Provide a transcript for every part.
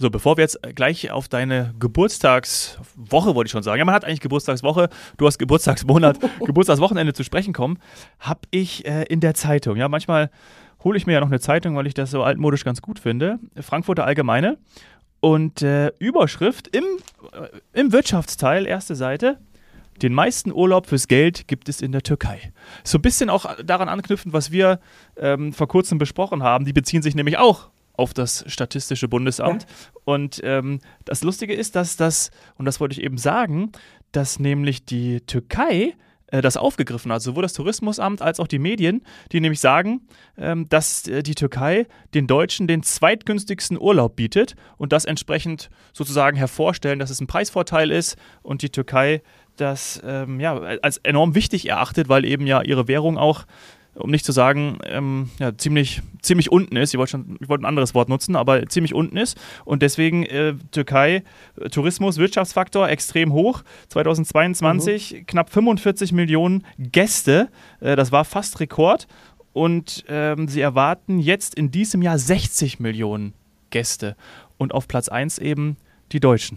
So, bevor wir jetzt gleich auf deine Geburtstagswoche, wollte ich schon sagen, ja, man hat eigentlich Geburtstagswoche, du hast Geburtstagsmonat, Geburtstagswochenende zu sprechen kommen, habe ich in der Zeitung, ja, manchmal hole ich mir ja noch eine Zeitung, weil ich das so altmodisch ganz gut finde, Frankfurter Allgemeine, und Überschrift im Wirtschaftsteil, erste Seite: Den meisten Urlaub fürs Geld gibt es in der Türkei. So ein bisschen auch daran anknüpfend, was wir vor kurzem besprochen haben. Die beziehen sich nämlich auch auf das Statistische Bundesamt. Ja. Und das Lustige ist, dass das, und das wollte ich eben sagen, dass nämlich die Türkei das aufgegriffen hat, sowohl das Tourismusamt als auch die Medien, die nämlich sagen, dass die Türkei den Deutschen den zweitgünstigsten Urlaub bietet und das entsprechend sozusagen hervorstellen, dass es ein Preisvorteil ist und die Türkei das als enorm wichtig erachtet, weil eben ja ihre Währung auch, um nicht zu sagen, ziemlich unten ist. Ich wollte ein anderes Wort nutzen, aber ziemlich unten ist. Und deswegen Türkei, Tourismus, Wirtschaftsfaktor extrem hoch. 2022 knapp 45 Millionen Gäste. Das war fast Rekord. Und sie erwarten jetzt in diesem Jahr 60 Millionen Gäste. Und auf Platz 1 eben die Deutschen.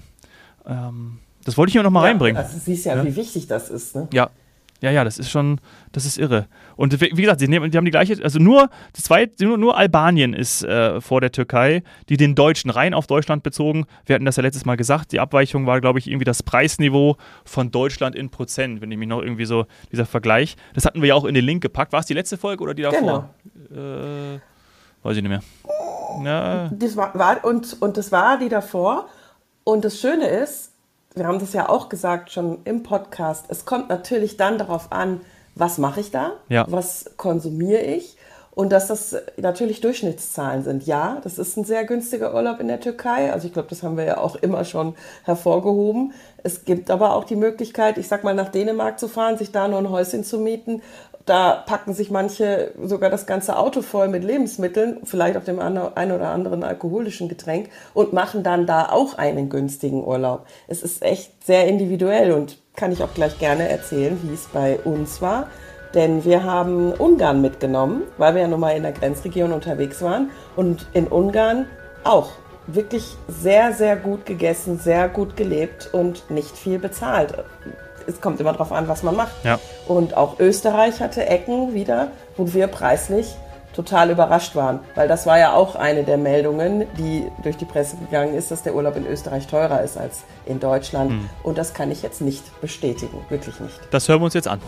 Das wollte ich hier nochmal reinbringen. Also siehst ja, wie wichtig das ist, ne? Ja, das ist irre. Und wie gesagt, die haben die gleiche, also nur Albanien ist vor der Türkei, die den Deutschen rein auf Deutschland bezogen, wir hatten das ja letztes Mal gesagt, die Abweichung war, glaube ich, irgendwie das Preisniveau von Deutschland in Prozent, wenn ich mich noch irgendwie so, dieser Vergleich, das hatten wir ja auch in den Link gepackt. War es die letzte Folge oder die davor? Genau. Weiß ich nicht mehr. Ja. Das war die davor. Und das Schöne ist, wir haben das ja auch gesagt schon im Podcast, es kommt natürlich dann darauf an, was mache ich da, was konsumiere ich und dass das natürlich Durchschnittszahlen sind. Ja, das ist ein sehr günstiger Urlaub in der Türkei, also ich glaube, das haben wir ja auch immer schon hervorgehoben. Es gibt aber auch die Möglichkeit, ich sag mal, nach Dänemark zu fahren, sich da nur ein Häuschen zu mieten. Da packen sich manche sogar das ganze Auto voll mit Lebensmitteln, vielleicht auf dem ein oder anderen alkoholischen Getränk und machen dann da auch einen günstigen Urlaub. Es ist echt sehr individuell und kann ich auch gleich gerne erzählen, wie es bei uns war. Denn wir haben Ungarn mitgenommen, weil wir ja nun mal in der Grenzregion unterwegs waren und in Ungarn auch wirklich sehr, sehr gut gegessen, sehr gut gelebt und nicht viel bezahlt. Es kommt immer darauf an, was man macht. Ja. Und auch Österreich hatte Ecken wieder, wo wir preislich total überrascht waren. Weil das war ja auch eine der Meldungen, die durch die Presse gegangen ist, dass der Urlaub in Österreich teurer ist als in Deutschland. Und das kann ich jetzt nicht bestätigen, wirklich nicht. Das hören wir uns jetzt an.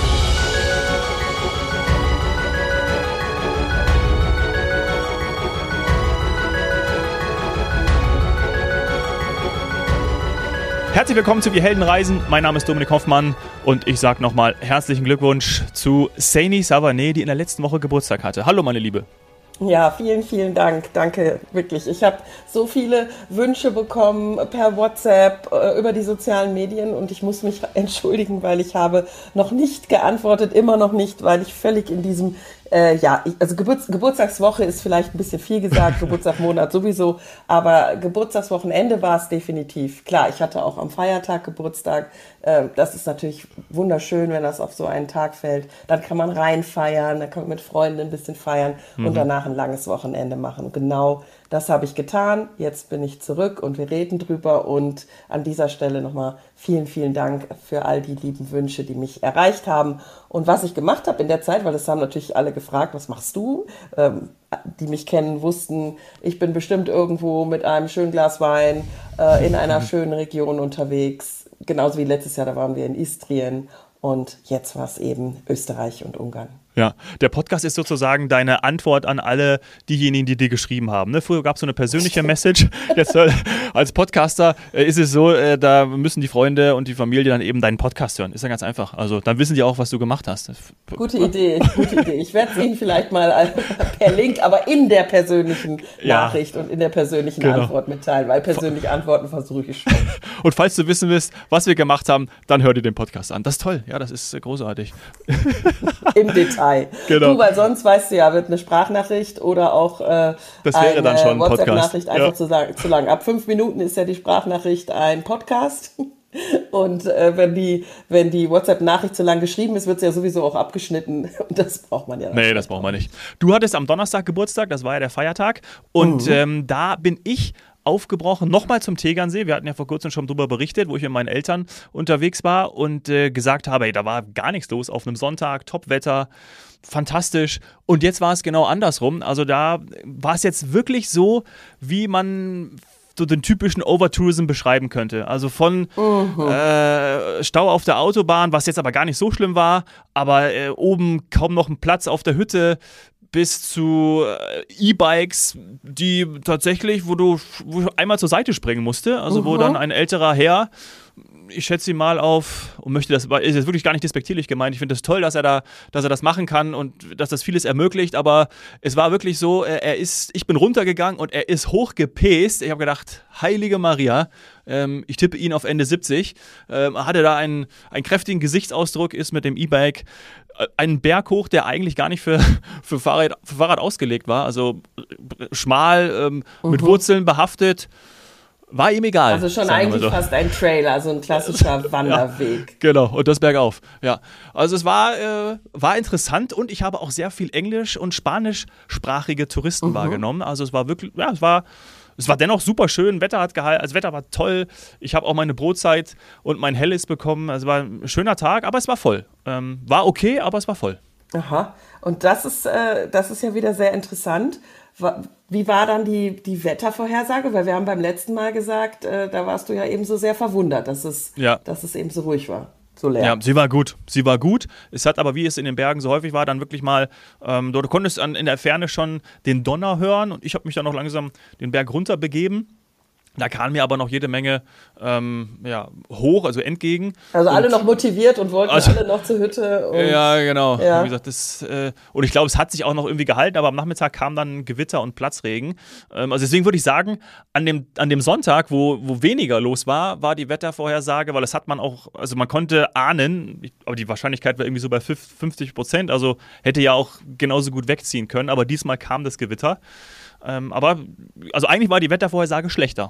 Herzlich willkommen zu Wir Helden reisen. Mein Name ist Dominik Hoffmann und ich sage nochmal herzlichen Glückwunsch zu Saini Savané, die in der letzten Woche Geburtstag hatte. Hallo meine Liebe. Ja, vielen, vielen Dank. Danke, wirklich. Ich habe so viele Wünsche bekommen per WhatsApp, über die sozialen Medien und ich muss mich entschuldigen, weil ich habe noch nicht geantwortet, immer noch nicht, weil ich völlig in diesem Geburtstagswoche ist vielleicht ein bisschen viel gesagt, Geburtstagsmonat sowieso, aber Geburtstagswochenende war es definitiv. Klar, ich hatte auch am Feiertag Geburtstag, das ist natürlich wunderschön, wenn das auf so einen Tag fällt. Dann kann man rein feiern, dann kann man mit Freunden ein bisschen feiern und danach ein langes Wochenende machen. Genau das habe ich getan, jetzt bin ich zurück und wir reden drüber und an dieser Stelle nochmal vielen, vielen Dank für all die lieben Wünsche, die mich erreicht haben und was ich gemacht habe in der Zeit, weil das haben natürlich alle gefragt, was machst du? Die mich kennen, wussten, ich bin bestimmt irgendwo mit einem schönen Glas Wein in einer schönen Region unterwegs, genauso wie letztes Jahr, da waren wir in Istrien und jetzt war es eben Österreich und Ungarn. Ja, der Podcast ist sozusagen deine Antwort an alle diejenigen, die dir geschrieben haben. Ne? Früher gab es so eine persönliche Message. Jetzt als Podcaster ist es so, da müssen die Freunde und die Familie dann eben deinen Podcast hören. Ist ja ganz einfach. Also dann wissen die auch, was du gemacht hast. Gute Idee. Ich werde es Ihnen vielleicht mal per Link, aber in der persönlichen Nachricht und in der persönlichen Antwort mitteilen, weil persönlich antworten versuche ich schon. Und falls du wissen willst, was wir gemacht haben, dann hör dir den Podcast an. Das ist toll. Ja, das ist großartig. Im Detail. Genau. Du, weil sonst weißt du ja, wird eine Sprachnachricht oder auch das wäre dann schon ein WhatsApp-Nachricht einfach zu lang. Ab 5 Minuten ist ja die Sprachnachricht ein Podcast. Und wenn die WhatsApp-Nachricht zu lang geschrieben ist, wird sie ja sowieso auch abgeschnitten. Und das braucht man ja nicht. Nee, das braucht man nicht. Du hattest am Donnerstag Geburtstag, das war ja der Feiertag. Und da bin ich aufgebrochen, nochmal zum Tegernsee. Wir hatten ja vor kurzem schon drüber berichtet, wo ich mit meinen Eltern unterwegs war und gesagt habe, ey, da war gar nichts los auf einem Sonntag, Topwetter, fantastisch. Und jetzt war es genau andersrum. Also da war es jetzt wirklich so, wie man so den typischen Overtourism beschreiben könnte. Also von Stau auf der Autobahn, was jetzt aber gar nicht so schlimm war, aber oben kaum noch ein Platz auf der Hütte, bis zu E-Bikes, die tatsächlich, wo du einmal zur Seite springen musste, also wo dann ein älterer Herr, ich schätze ihn mal auf, und möchte das, ist jetzt wirklich gar nicht despektierlich gemeint, ich finde es das toll, dass er das machen kann und dass das vieles ermöglicht, aber es war wirklich so, ich bin runtergegangen und er ist hochgepäst, ich habe gedacht, heilige Maria, ich tippe ihn auf Ende 70, hatte da einen kräftigen Gesichtsausdruck, ist mit dem E-Bike einen Berg hoch, der eigentlich gar nicht für Fahrrad ausgelegt war, also schmal, mit Wurzeln behaftet. War ihm egal. Also schon eigentlich so. Fast ein Trail, also ein klassischer Wanderweg. Ja, genau, und das bergauf. Ja. Also es war interessant und ich habe auch sehr viel englisch- und spanischsprachige Touristen wahrgenommen. Also es war wirklich, ja, es war dennoch super schön, Wetter hat gehalten, also Wetter war toll. Ich habe auch meine Brotzeit und mein Helles bekommen. Also es war ein schöner Tag, aber es war voll. War okay, aber es war voll. Aha, und das ist ja wieder sehr interessant. Wie war dann die Wettervorhersage? Weil wir haben beim letzten Mal gesagt, da warst du ja eben so sehr verwundert, dass es eben so ruhig war, so leer. Ja, sie war gut. Es hat aber, wie es in den Bergen so häufig war, dann wirklich mal, du konntest in der Ferne schon den Donner hören und ich habe mich dann noch langsam den Berg runter begeben. Da kam mir aber noch jede Menge hoch, also entgegen. Also alle noch motiviert und wollten alle noch zur Hütte. Und ja, genau. Ja. Wie gesagt, und ich glaube, es hat sich auch noch irgendwie gehalten, aber am Nachmittag kam dann Gewitter und Platzregen. Also deswegen würde ich sagen, an dem Sonntag, wo weniger los war die Wettervorhersage, weil das hat man auch, also man konnte ahnen, aber die Wahrscheinlichkeit war irgendwie so bei 50%, also hätte ja auch genauso gut wegziehen können, aber diesmal kam das Gewitter. Aber also eigentlich war die Wettervorhersage schlechter.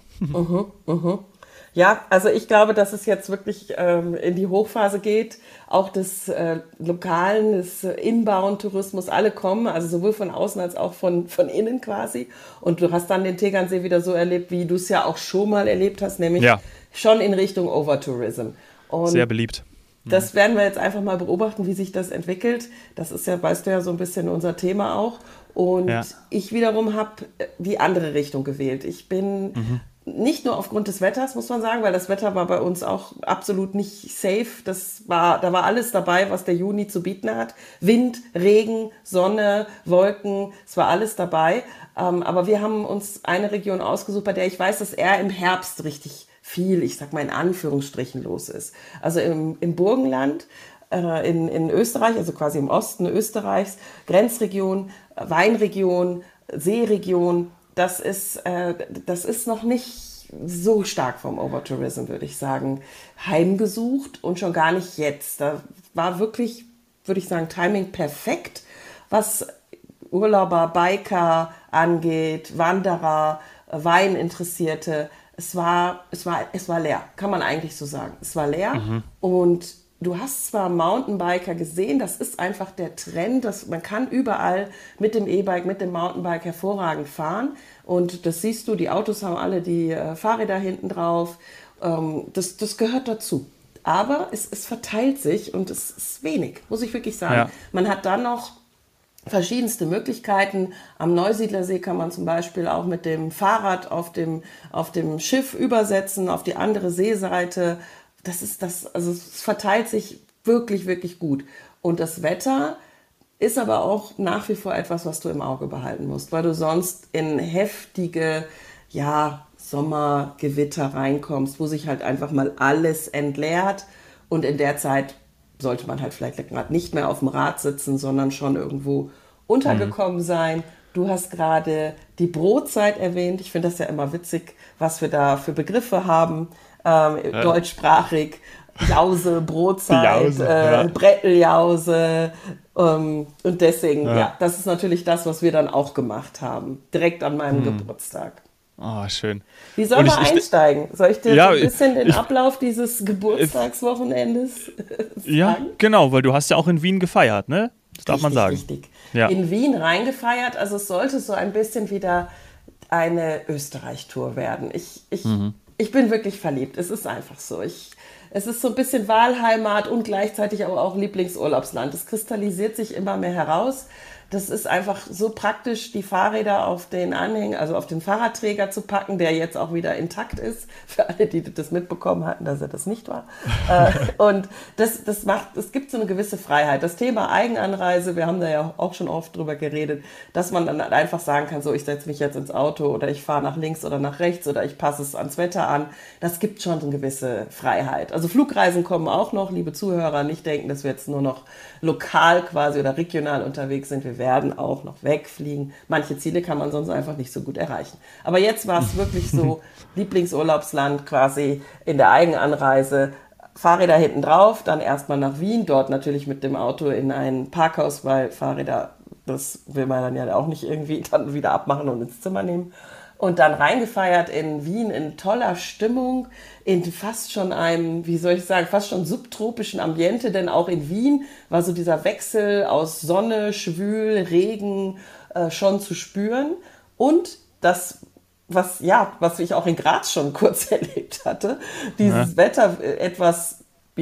Ja, also ich glaube, dass es jetzt wirklich in die Hochphase geht, auch des Lokalen, des Inbound-Tourismus, alle kommen, also sowohl von außen als auch von innen quasi. Und du hast dann den Tegernsee wieder so erlebt, wie du es ja auch schon mal erlebt hast, nämlich schon in Richtung Overtourism. Und sehr beliebt. Das werden wir jetzt einfach mal beobachten, wie sich das entwickelt. Das ist ja, weißt du ja, so ein bisschen unser Thema auch. Und ich wiederum habe die andere Richtung gewählt. Ich bin nicht nur aufgrund des Wetters, muss man sagen, weil das Wetter war bei uns auch absolut nicht safe. Da war alles dabei, was der Juni zu bieten hat. Wind, Regen, Sonne, Wolken, es war alles dabei. Aber wir haben uns eine Region ausgesucht, bei der ich weiß, dass eher im Herbst richtig viel, ich sag mal in Anführungsstrichen, los ist. Also im Burgenland, in Österreich, also quasi im Osten Österreichs, Grenzregion, Weinregion, Seeregion, das ist noch nicht so stark vom Overtourism, würde ich sagen, heimgesucht und schon gar nicht jetzt. Da war wirklich, würde ich sagen, Timing perfekt, was Urlauber, Biker angeht, Wanderer, Weininteressierte. Es war leer, kann man eigentlich so sagen. Es war leer und du hast zwar Mountainbiker gesehen, das ist einfach der Trend, man kann überall mit dem E-Bike, mit dem Mountainbike hervorragend fahren und das siehst du, die Autos haben alle die Fahrräder hinten drauf, das gehört dazu. Aber es verteilt sich und es ist wenig, muss ich wirklich sagen. Ja. Man hat dann noch verschiedenste Möglichkeiten. Am Neusiedlersee kann man zum Beispiel auch mit dem Fahrrad auf dem Schiff übersetzen, auf die andere Seeseite. Also es verteilt sich wirklich, wirklich gut. Und das Wetter ist aber auch nach wie vor etwas, was du im Auge behalten musst, weil du sonst in heftige, Sommergewitter reinkommst, wo sich halt einfach mal alles entleert und in der Zeit sollte man halt vielleicht gerade nicht mehr auf dem Rad sitzen, sondern schon irgendwo untergekommen sein. Du hast gerade die Brotzeit erwähnt. Ich finde das ja immer witzig, was wir da für Begriffe haben, deutschsprachig. Jause, Brotzeit, Bretteljause. Und deswegen, das ist natürlich das, was wir dann auch gemacht haben. Direkt an meinem Geburtstag. Oh, schön. Wie sollen wir einsteigen? Soll ich dir so ein bisschen den Ablauf dieses Geburtstagswochenendes sagen? Ja, genau, weil du hast ja auch in Wien gefeiert, ne? Das darf man sagen. Richtig. Ja. In Wien reingefeiert, also es sollte so ein bisschen wieder eine Österreich-Tour werden. Ich bin wirklich verliebt. Es ist einfach so. Es ist so ein bisschen Wahlheimat und gleichzeitig aber auch Lieblingsurlaubsland. Es kristallisiert sich immer mehr heraus. Das ist einfach so praktisch, die Fahrräder auf den Anhänger, also auf den Fahrradträger zu packen, der jetzt auch wieder intakt ist. Für alle, die das mitbekommen hatten, dass er das nicht war. Und es gibt so eine gewisse Freiheit. Das Thema Eigenanreise, wir haben da ja auch schon oft drüber geredet, dass man dann einfach sagen kann, so, ich setze mich jetzt ins Auto oder ich fahre nach links oder nach rechts oder ich passe es ans Wetter an. Das gibt schon eine gewisse Freiheit. Also Flugreisen kommen auch noch, liebe Zuhörer, nicht denken, dass wir jetzt nur noch lokal quasi oder regional unterwegs sind. Wir werden auch noch wegfliegen. Manche Ziele kann man sonst einfach nicht so gut erreichen. Aber jetzt war es wirklich so, Lieblingsurlaubsland quasi in der Eigenanreise, Fahrräder hinten drauf, dann erstmal nach Wien, dort natürlich mit dem Auto in ein Parkhaus, weil Fahrräder, das will man dann ja auch nicht irgendwie dann wieder abmachen und ins Zimmer nehmen. Und dann reingefeiert in Wien in toller Stimmung, in fast schon einem, wie soll ich sagen, fast schon subtropischen Ambiente, denn auch in Wien war so dieser Wechsel aus Sonne, Schwül, Regen schon zu spüren. Und das, was ich auch in Graz schon kurz erlebt hatte, dieses Wetter etwas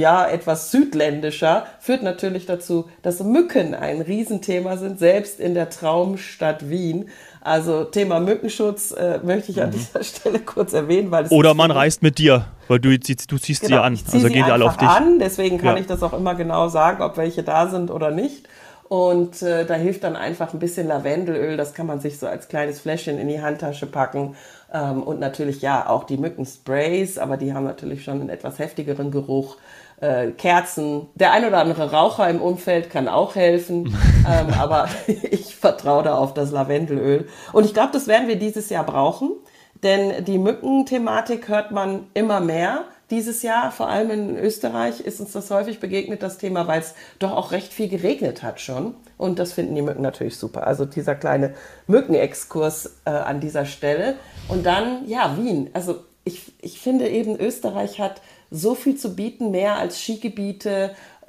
südländischer, führt natürlich dazu, dass Mücken ein Riesenthema sind, selbst in der Traumstadt Wien. Also Thema Mückenschutz möchte ich an dieser Stelle kurz erwähnen. Weil oder man reist mit dir, weil du ziehst sie an. Ich ziehe sie alle auf dich an, deswegen kann ich das auch immer genau sagen, ob welche da sind oder nicht. Und da hilft dann einfach ein bisschen Lavendelöl, das kann man sich so als kleines Fläschchen in die Handtasche packen. Und natürlich auch die Mückensprays, aber die haben natürlich schon einen etwas heftigeren Geruch. Kerzen, der ein oder andere Raucher im Umfeld kann auch helfen, aber ich vertraue da auf das Lavendelöl. Und ich glaube, das werden wir dieses Jahr brauchen, denn die Mückenthematik hört man immer mehr. Dieses Jahr, vor allem in Österreich, ist uns das häufig begegnet, das Thema, weil es doch auch recht viel geregnet hat schon. Und das finden die Mücken natürlich super. Also dieser kleine Mückenexkurs an dieser Stelle. Und dann, Wien. Also ich finde eben, Österreich hat so viel zu bieten, mehr als Skigebiete,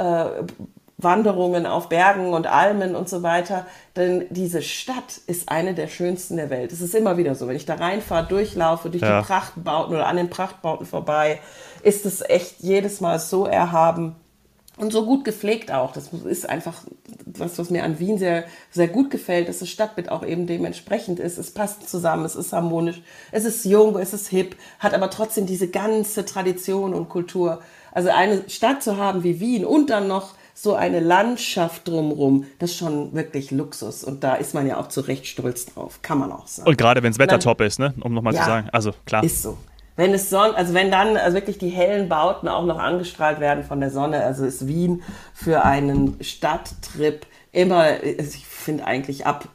Wanderungen auf Bergen und Almen und so weiter. Denn diese Stadt ist eine der schönsten der Welt. Es ist immer wieder so, wenn ich da reinfahre, durchlaufe, durch die Prachtbauten oder an den Prachtbauten vorbei, ist es echt jedes Mal so erhaben und so gut gepflegt auch. Das ist einfach was mir an Wien sehr, sehr gut gefällt, dass das Stadtbild auch eben dementsprechend ist. Es passt zusammen, es ist harmonisch, es ist jung, es ist hip, hat aber trotzdem diese ganze Tradition und Kultur. Also eine Stadt zu haben wie Wien und dann noch so eine Landschaft drumherum, das ist schon wirklich Luxus. Und da ist man ja auch zu Recht stolz drauf, kann man auch sagen. Und gerade wenn das Wetter top ist, ne? Um nochmal zu sagen. Also klar. Ist so. Wenn dann wirklich die hellen Bauten auch noch angestrahlt werden von der Sonne, also ist Wien für einen Stadttrip immer, ich finde eigentlich ab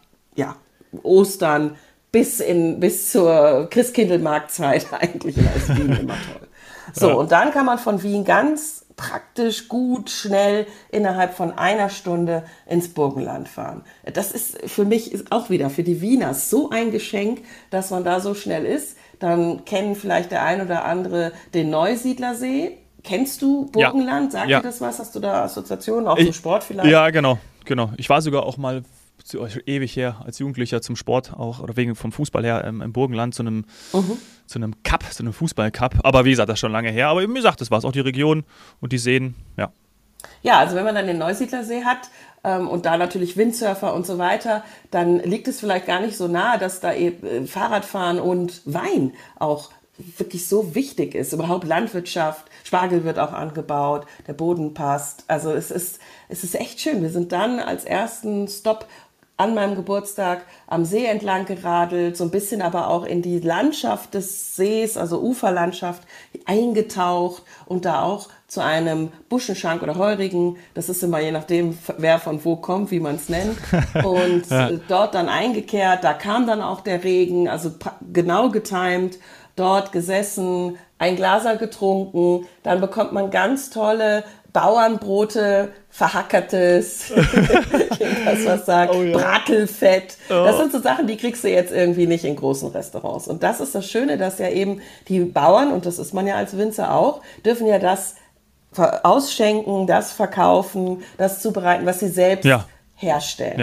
Ostern bis zur Christkindlmarktzeit eigentlich ist Wien immer toll. So, und dann kann man von Wien ganz praktisch, gut, schnell innerhalb von einer Stunde ins Burgenland fahren. Das ist für mich auch wieder für die Wiener so ein Geschenk, dass man da so schnell ist. Dann kennen vielleicht der ein oder andere den Neusiedlersee. Kennst du Burgenland? Sagt dir das was? Hast du da Assoziationen, auch zum Sport vielleicht? Ja, genau. Ich war sogar auch mal ewig her als Jugendlicher zum Sport auch oder wegen vom Fußball her im Burgenland zu einem Cup, zu einem Fußballcup. Aber wie gesagt, das ist schon lange her. Aber mir sagt das was, auch die Region und die Seen, ja. Ja, also wenn man dann den Neusiedlersee hat und da natürlich Windsurfer und so weiter, dann liegt es vielleicht gar nicht so nahe, dass da eben Fahrradfahren und Wein auch wirklich so wichtig ist. Überhaupt Landwirtschaft, Spargel wird auch angebaut, der Boden passt. Also es ist echt schön. Wir sind dann als ersten Stopp an meinem Geburtstag am See entlang geradelt, so ein bisschen aber auch in die Landschaft des Sees, also Uferlandschaft, eingetaucht und da auch zu einem Buschenschank oder Heurigen, das ist immer je nachdem, wer von wo kommt, wie man es nennt, und dort dann eingekehrt, da kam dann auch der Regen, also genau getimed, dort gesessen, ein Glaserl getrunken, dann bekommt man ganz tolle Bauernbrote, verhackertes, das was sagt, Bratelfett. Das sind so Sachen, die kriegst du jetzt irgendwie nicht in großen Restaurants. Und das ist das Schöne, dass ja eben die Bauern, und das ist man ja als Winzer auch, dürfen ja das ausschenken, das verkaufen, das zubereiten, was sie selbst herstellen. Ja.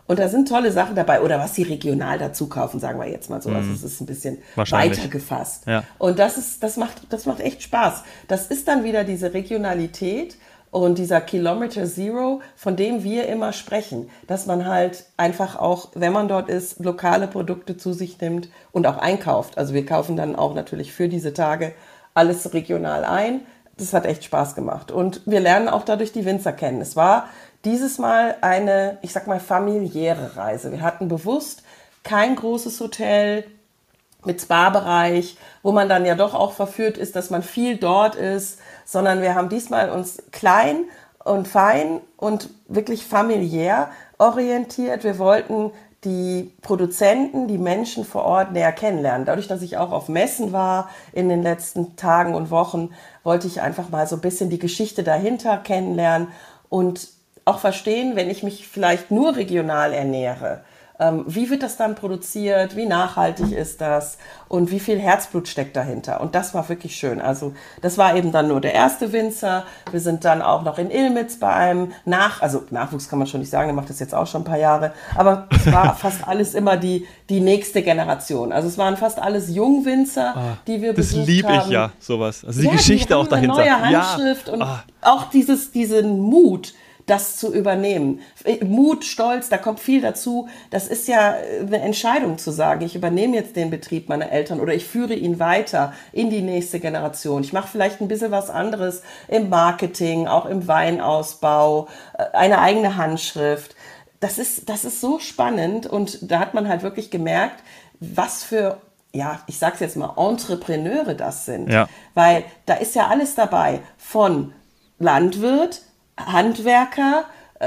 Und da sind tolle Sachen dabei. Oder was sie regional dazu kaufen, sagen wir jetzt mal so. Also es ist ein bisschen weiter gefasst. Ja. Und das macht echt Spaß. Das ist dann wieder diese Regionalität und dieser Kilometer Zero, von dem wir immer sprechen. Dass man halt einfach auch, wenn man dort ist, lokale Produkte zu sich nimmt und auch einkauft. Also wir kaufen dann auch natürlich für diese Tage alles regional ein. Das hat echt Spaß gemacht. Und wir lernen auch dadurch die Winzer kennen. Es war dieses Mal eine, ich sag mal, familiäre Reise. Wir hatten bewusst kein großes Hotel mit Spa-Bereich, wo man dann ja doch auch verführt ist, dass man viel dort ist, sondern wir haben diesmal uns klein und fein und wirklich familiär orientiert. Wir wollten die Produzenten, die Menschen vor Ort näher kennenlernen. Dadurch, dass ich auch auf Messen war in den letzten Tagen und Wochen, wollte ich einfach mal so ein bisschen die Geschichte dahinter kennenlernen und auch verstehen, wenn ich mich vielleicht nur regional ernähre, wie wird das dann produziert, wie nachhaltig ist das und wie viel Herzblut steckt dahinter. Und das war wirklich schön. Also das war eben dann nur der erste Winzer. Wir sind dann auch noch in Illmitz bei einem Nachwuchs kann man schon nicht sagen, der macht das jetzt auch schon ein paar Jahre, aber es war fast alles immer die nächste Generation. Also es waren fast alles Jungwinzer, die wir besucht haben. Das liebe ich ja, sowas. Also die Geschichte auch dahinter. Eine neue Handschrift und auch diesen Mut, das zu übernehmen. Mut, Stolz, da kommt viel dazu. Das ist ja eine Entscheidung zu sagen, ich übernehme jetzt den Betrieb meiner Eltern oder ich führe ihn weiter in die nächste Generation. Ich mache vielleicht ein bisschen was anderes im Marketing, auch im Weinausbau, eine eigene Handschrift. Das ist so spannend und da hat man halt wirklich gemerkt, was für, ja, ich sag's jetzt mal, Entrepreneure das sind. Ja. Weil da ist ja alles dabei, von Landwirt, Handwerker,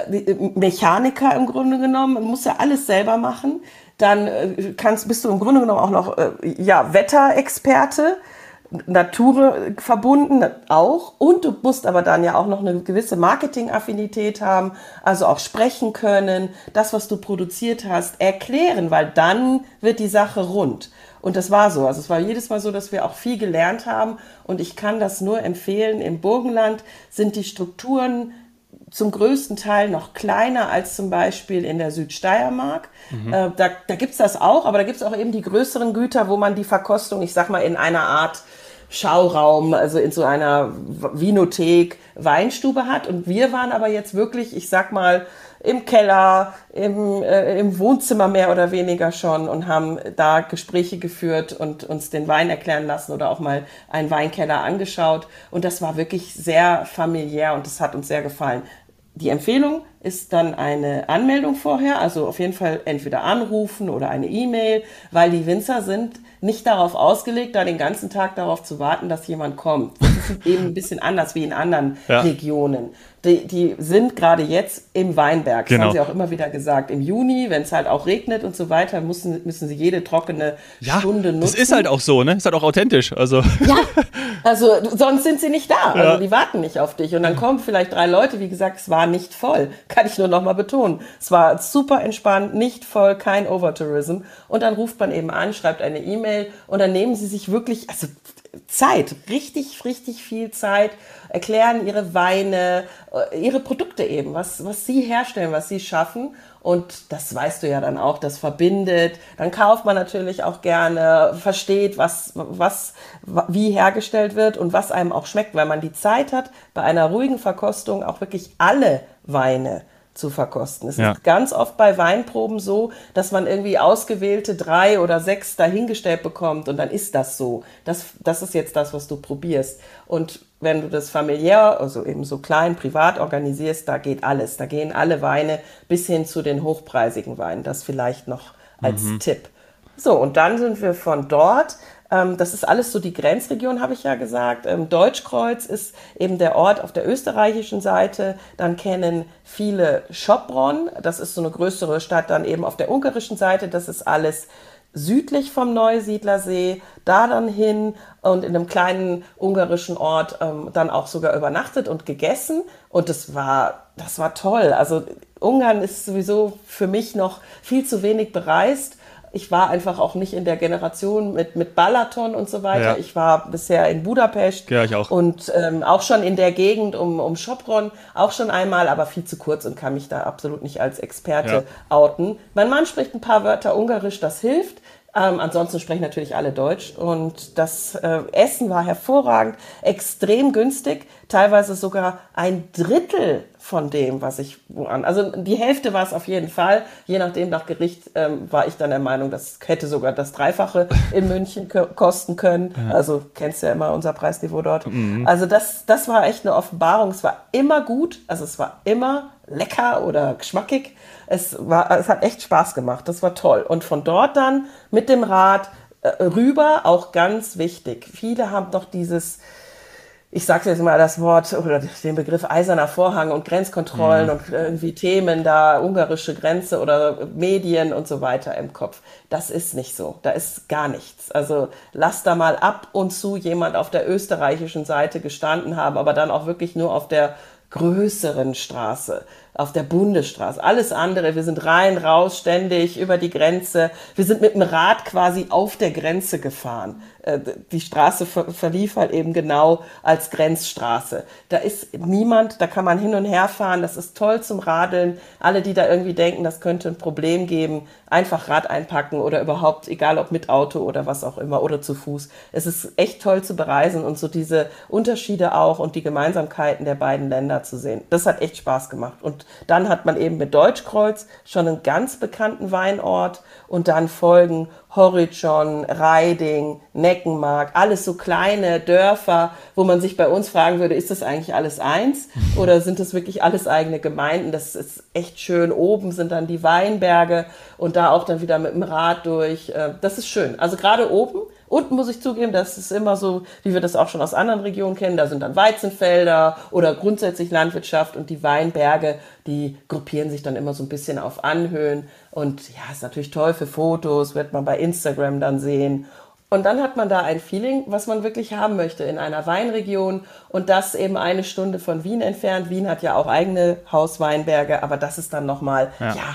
Mechaniker im Grunde genommen, man muss ja alles selber machen. Dann bist du im Grunde genommen auch noch Wetterexperte, naturverbunden auch. Und du musst aber dann ja auch noch eine gewisse Marketingaffinität haben, also auch sprechen können, das, was du produziert hast, erklären, weil dann wird die Sache rund. Und das war so. Also es war jedes Mal so, dass wir auch viel gelernt haben. Und ich kann das nur empfehlen. Im Burgenland sind die Strukturen zum größten Teil noch kleiner als zum Beispiel in der Südsteiermark. Da gibt's das auch, aber da gibt's auch eben die größeren Güter, wo man die Verkostung, ich sag mal, in einer Art Schauraum, also in so einer Vinothek, Weinstube hat. Und wir waren aber jetzt wirklich, ich sag mal, im Keller, im Wohnzimmer mehr oder weniger schon und haben da Gespräche geführt und uns den Wein erklären lassen oder auch mal einen Weinkeller angeschaut. Und das war wirklich sehr familiär und das hat uns sehr gefallen. Die Empfehlung ist dann eine Anmeldung vorher, also auf jeden Fall entweder anrufen oder eine E-Mail, weil die Winzer sind nicht darauf ausgelegt, da den ganzen Tag darauf zu warten, dass jemand kommt. Das ist eben ein bisschen anders wie in anderen Regionen. Die sind gerade jetzt im Weinberg. Das haben sie auch immer wieder gesagt. Im Juni, wenn es halt auch regnet und so weiter, müssen sie jede trockene Stunde nutzen. Das ist halt auch so, ne? Ist halt auch authentisch. Also. Ja, also sonst sind sie nicht da. Also die warten nicht auf dich. Und dann kommen vielleicht 3 Leute. Wie gesagt, es war nicht voll. Kann ich nur noch mal betonen. Es war super entspannt, nicht voll, kein Overtourism. Und dann ruft man eben an, schreibt eine E-Mail und dann nehmen sie sich wirklich, also Zeit, richtig, richtig viel Zeit, erklären ihre Weine, ihre Produkte eben, was sie herstellen, was sie schaffen. Und das weißt du ja dann auch, das verbindet. Dann kauft man natürlich auch gerne, versteht, wie hergestellt wird und was einem auch schmeckt, weil man die Zeit hat, bei einer ruhigen Verkostung auch wirklich alle Weine zu verkosten. Es ist ganz oft bei Weinproben so, dass man irgendwie ausgewählte 3 oder 6 dahingestellt bekommt und dann ist das so. Das ist jetzt das, was du probierst. Und wenn du das familiär, also eben so klein, privat organisierst, da geht alles. Da gehen alle Weine bis hin zu den hochpreisigen Weinen. Das vielleicht noch als Tipp. So, und dann sind wir von dort. Das ist alles so die Grenzregion, habe ich ja gesagt. Deutschkreuz ist eben der Ort auf der österreichischen Seite. Dann kennen viele Sopron. Das ist so eine größere Stadt dann eben auf der ungarischen Seite. Das ist alles südlich vom Neusiedlersee. Da dann hin und in einem kleinen ungarischen Ort dann auch sogar übernachtet und gegessen. Und das war toll. Also Ungarn ist sowieso für mich noch viel zu wenig bereist. Ich war einfach auch nicht in der Generation mit Balaton und so weiter. Ja. Ich war bisher in Budapest. Ja, ich auch. Und auch schon in der Gegend um Sopron, auch schon einmal, aber viel zu kurz und kann mich da absolut nicht als Experte outen. Mein Mann spricht ein paar Wörter Ungarisch, das hilft. Ansonsten sprechen natürlich alle Deutsch und das Essen war hervorragend, extrem günstig, teilweise sogar ein Drittel von dem, was ich also die Hälfte war es auf jeden Fall, je nachdem nach Gericht war ich dann der Meinung, das hätte sogar das Dreifache in München kosten können, also kennst ja immer unser Preisniveau dort, also das war echt eine Offenbarung, es war immer gut, also es war immer lecker oder geschmackig. Es hat echt Spaß gemacht, das war toll. Und von dort dann mit dem Rad rüber, auch ganz wichtig. Viele haben doch dieses, ich sage jetzt mal das Wort oder den Begriff eiserner Vorhang und Grenzkontrollen und irgendwie Themen da, ungarische Grenze oder Medien und so weiter im Kopf. Das ist nicht so, da ist gar nichts. Also lass da mal ab und zu jemand auf der österreichischen Seite gestanden haben, aber dann auch wirklich nur auf der größeren Straße, auf der Bundesstraße. Alles andere, wir sind rein, raus, ständig über die Grenze. Wir sind mit dem Rad quasi auf der Grenze gefahren. Die Straße verlief halt eben genau als Grenzstraße. Da ist niemand, da kann man hin und her fahren, das ist toll zum Radeln. Alle, die da irgendwie denken, das könnte ein Problem geben, einfach Rad einpacken oder überhaupt, egal ob mit Auto oder was auch immer oder zu Fuß. Es ist echt toll zu bereisen und so diese Unterschiede auch und die Gemeinsamkeiten der beiden Länder zu sehen. Das hat echt Spaß gemacht. Und dann hat man eben mit Deutschkreuz schon einen ganz bekannten Weinort und dann folgen Horizon, Raiding, Neckenmark, alles so kleine Dörfer, wo man sich bei uns fragen würde, ist das eigentlich alles eins oder sind das wirklich alles eigene Gemeinden? Das ist echt schön. Oben sind dann die Weinberge und da auch dann wieder mit dem Rad durch. Das ist schön. Also gerade oben. Unten muss ich zugeben, das ist immer so, wie wir das auch schon aus anderen Regionen kennen, da sind dann Weizenfelder oder grundsätzlich Landwirtschaft und die Weinberge, die gruppieren sich dann immer so ein bisschen auf Anhöhen und ja, ist natürlich toll für Fotos, wird man bei Instagram dann sehen. Und dann hat man da ein Feeling, was man wirklich haben möchte in einer Weinregion und das eben 1 Stunde von Wien entfernt. Wien hat ja auch eigene Hausweinberge, aber das ist dann nochmal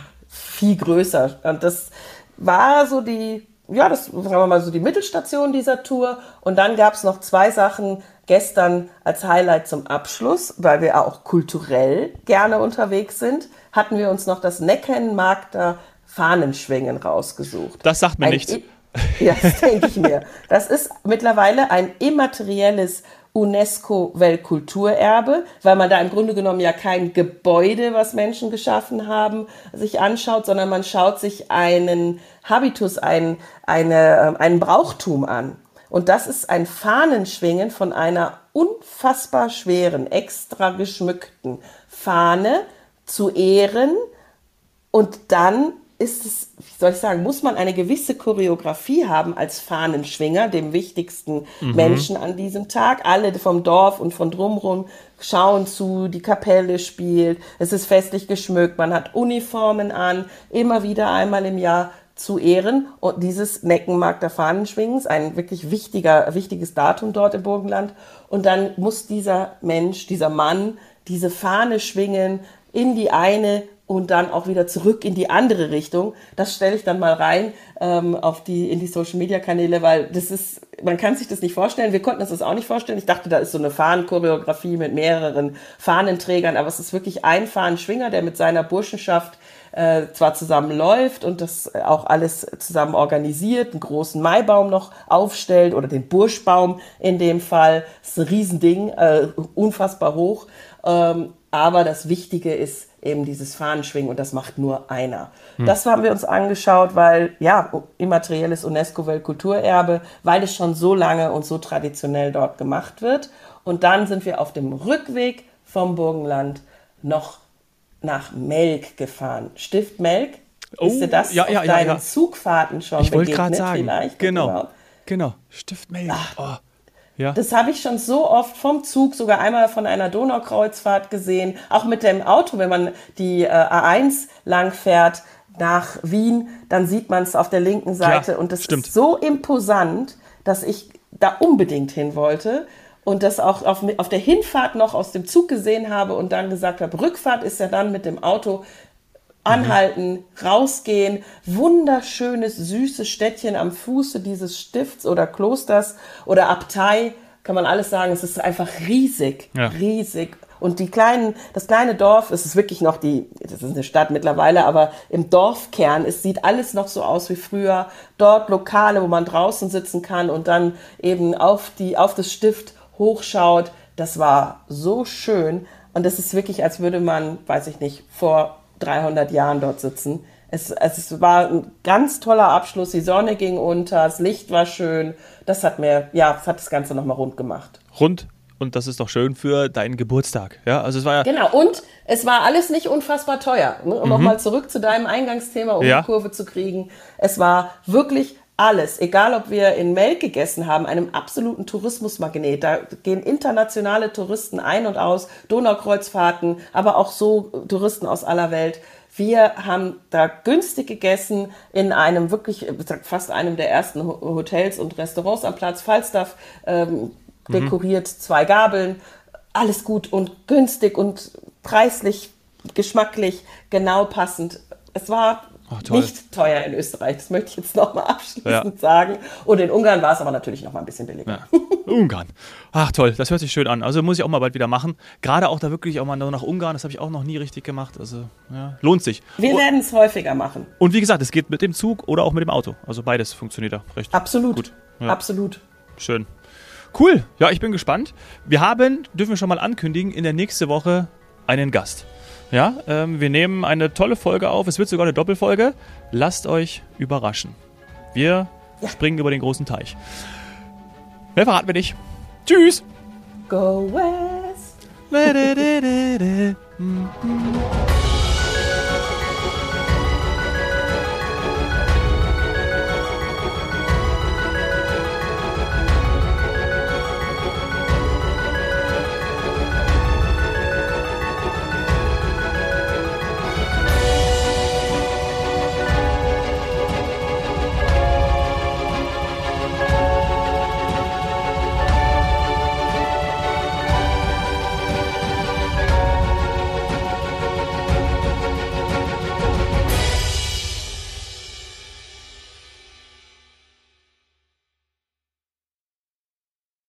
viel größer und das war so das sagen wir mal so die Mittelstation dieser Tour. Und dann gab es noch 2 Sachen gestern als Highlight zum Abschluss, weil wir auch kulturell gerne unterwegs sind, hatten wir uns noch das Neckenmarkter Fahnenschwingen rausgesucht. Das sagt mir nichts. Ja, das denke ich mir. Das ist mittlerweile ein immaterielles UNESCO-Weltkulturerbe, weil man da im Grunde genommen ja kein Gebäude, was Menschen geschaffen haben, sich anschaut, sondern man schaut sich einen Habitus, einen Brauchtum an. Und das ist ein Fahnenschwingen von einer unfassbar schweren, extra geschmückten Fahne zu Ehren und dann ist es, wie soll ich sagen, muss man eine gewisse Choreografie haben als Fahnenschwinger, dem wichtigsten Menschen an diesem Tag. Alle vom Dorf und von drumherum schauen zu, die Kapelle spielt, es ist festlich geschmückt, man hat Uniformen an, immer wieder einmal im Jahr zu Ehren. Und dieses Neckenmarkter Fahnenschwingens, ein wirklich wichtiges Datum dort im Burgenland. Und dann muss dieser Mensch, dieser Mann, diese Fahne schwingen in die eine und dann auch wieder zurück in die andere Richtung. Das stelle ich dann mal rein in die Social-Media-Kanäle, weil man kann sich das nicht vorstellen. Wir konnten uns das auch nicht vorstellen. Ich dachte, da ist so eine Fahnenchoreografie mit mehreren Fahnenträgern, aber es ist wirklich ein Fahnenschwinger, der mit seiner Burschenschaft zwar zusammen läuft und das auch alles zusammen organisiert, einen großen Maibaum noch aufstellt oder den Burschbaum in dem Fall. Das ist ein Riesending, unfassbar hoch. Aber das Wichtige ist eben dieses Fahnenschwingen und das macht nur einer. Das haben wir uns angeschaut, weil, immaterielles UNESCO-Weltkulturerbe, weil es schon so lange und so traditionell dort gemacht wird. Und dann sind wir auf dem Rückweg vom Burgenland noch nach Melk gefahren. Stift Melk, ist dir das auf deinen Zugfahrten schon begegnet? Ich wollte gerade sagen, vielleicht? Genau, Stift Melk. Ja. Das habe ich schon so oft vom Zug, sogar einmal von einer Donaukreuzfahrt gesehen, auch mit dem Auto, wenn man die A1 lang fährt nach Wien, dann sieht man es auf der linken Seite und das ist so imposant, dass ich da unbedingt hin wollte und das auch auf der Hinfahrt noch aus dem Zug gesehen habe und dann gesagt habe, Rückfahrt ist ja dann mit dem Auto anhalten, rausgehen, wunderschönes, süßes Städtchen am Fuße dieses Stifts oder Klosters oder Abtei, kann man alles sagen, es ist einfach riesig, riesig. Und das kleine Dorf, es ist wirklich noch das ist eine Stadt mittlerweile, aber im Dorfkern, es sieht alles noch so aus wie früher. Dort Lokale, wo man draußen sitzen kann und dann eben auf das Stift hochschaut. Das war so schön. Und es ist wirklich, als würde man, weiß ich nicht, vor 300 Jahren dort sitzen. Es war ein ganz toller Abschluss. Die Sonne ging unter, das Licht war schön. Das hat das Ganze nochmal rund gemacht. Und das ist doch schön für deinen Geburtstag. Ja, also es war genau, und es war alles nicht unfassbar teuer. Ne? Um nochmal zurück zu deinem Eingangsthema, um die Kurve zu kriegen. Es war wirklich alles, egal ob wir in Melk gegessen haben, einem absoluten Tourismusmagnet. Da gehen internationale Touristen ein und aus, Donaukreuzfahrten, aber auch so Touristen aus aller Welt. Wir haben da günstig gegessen in einem wirklich, fast einem der ersten Hotels und Restaurants am Platz Falstaff, dekoriert, 2 Gabeln, alles gut und günstig und preislich, geschmacklich, genau passend. Es war nicht teuer in Österreich, das möchte ich jetzt nochmal abschließend sagen. Und in Ungarn war es aber natürlich nochmal ein bisschen billiger. Ja. Ungarn. Ach toll, das hört sich schön an. Also muss ich auch mal bald wieder machen. Gerade auch da wirklich auch mal nach Ungarn, das habe ich auch noch nie richtig gemacht. Also lohnt sich. Wir werden es häufiger machen. Und wie gesagt, es geht mit dem Zug oder auch mit dem Auto. Also beides funktioniert da recht absolut gut. Ja. Absolut. Schön. Cool, ja, ich bin gespannt. Dürfen wir schon mal ankündigen, in der nächsten Woche einen Gast. Ja, wir nehmen eine tolle Folge auf. Es wird sogar eine Doppelfolge. Lasst euch überraschen. Wir springen über den großen Teich. Mehr verraten wir nicht. Tschüss. Go West.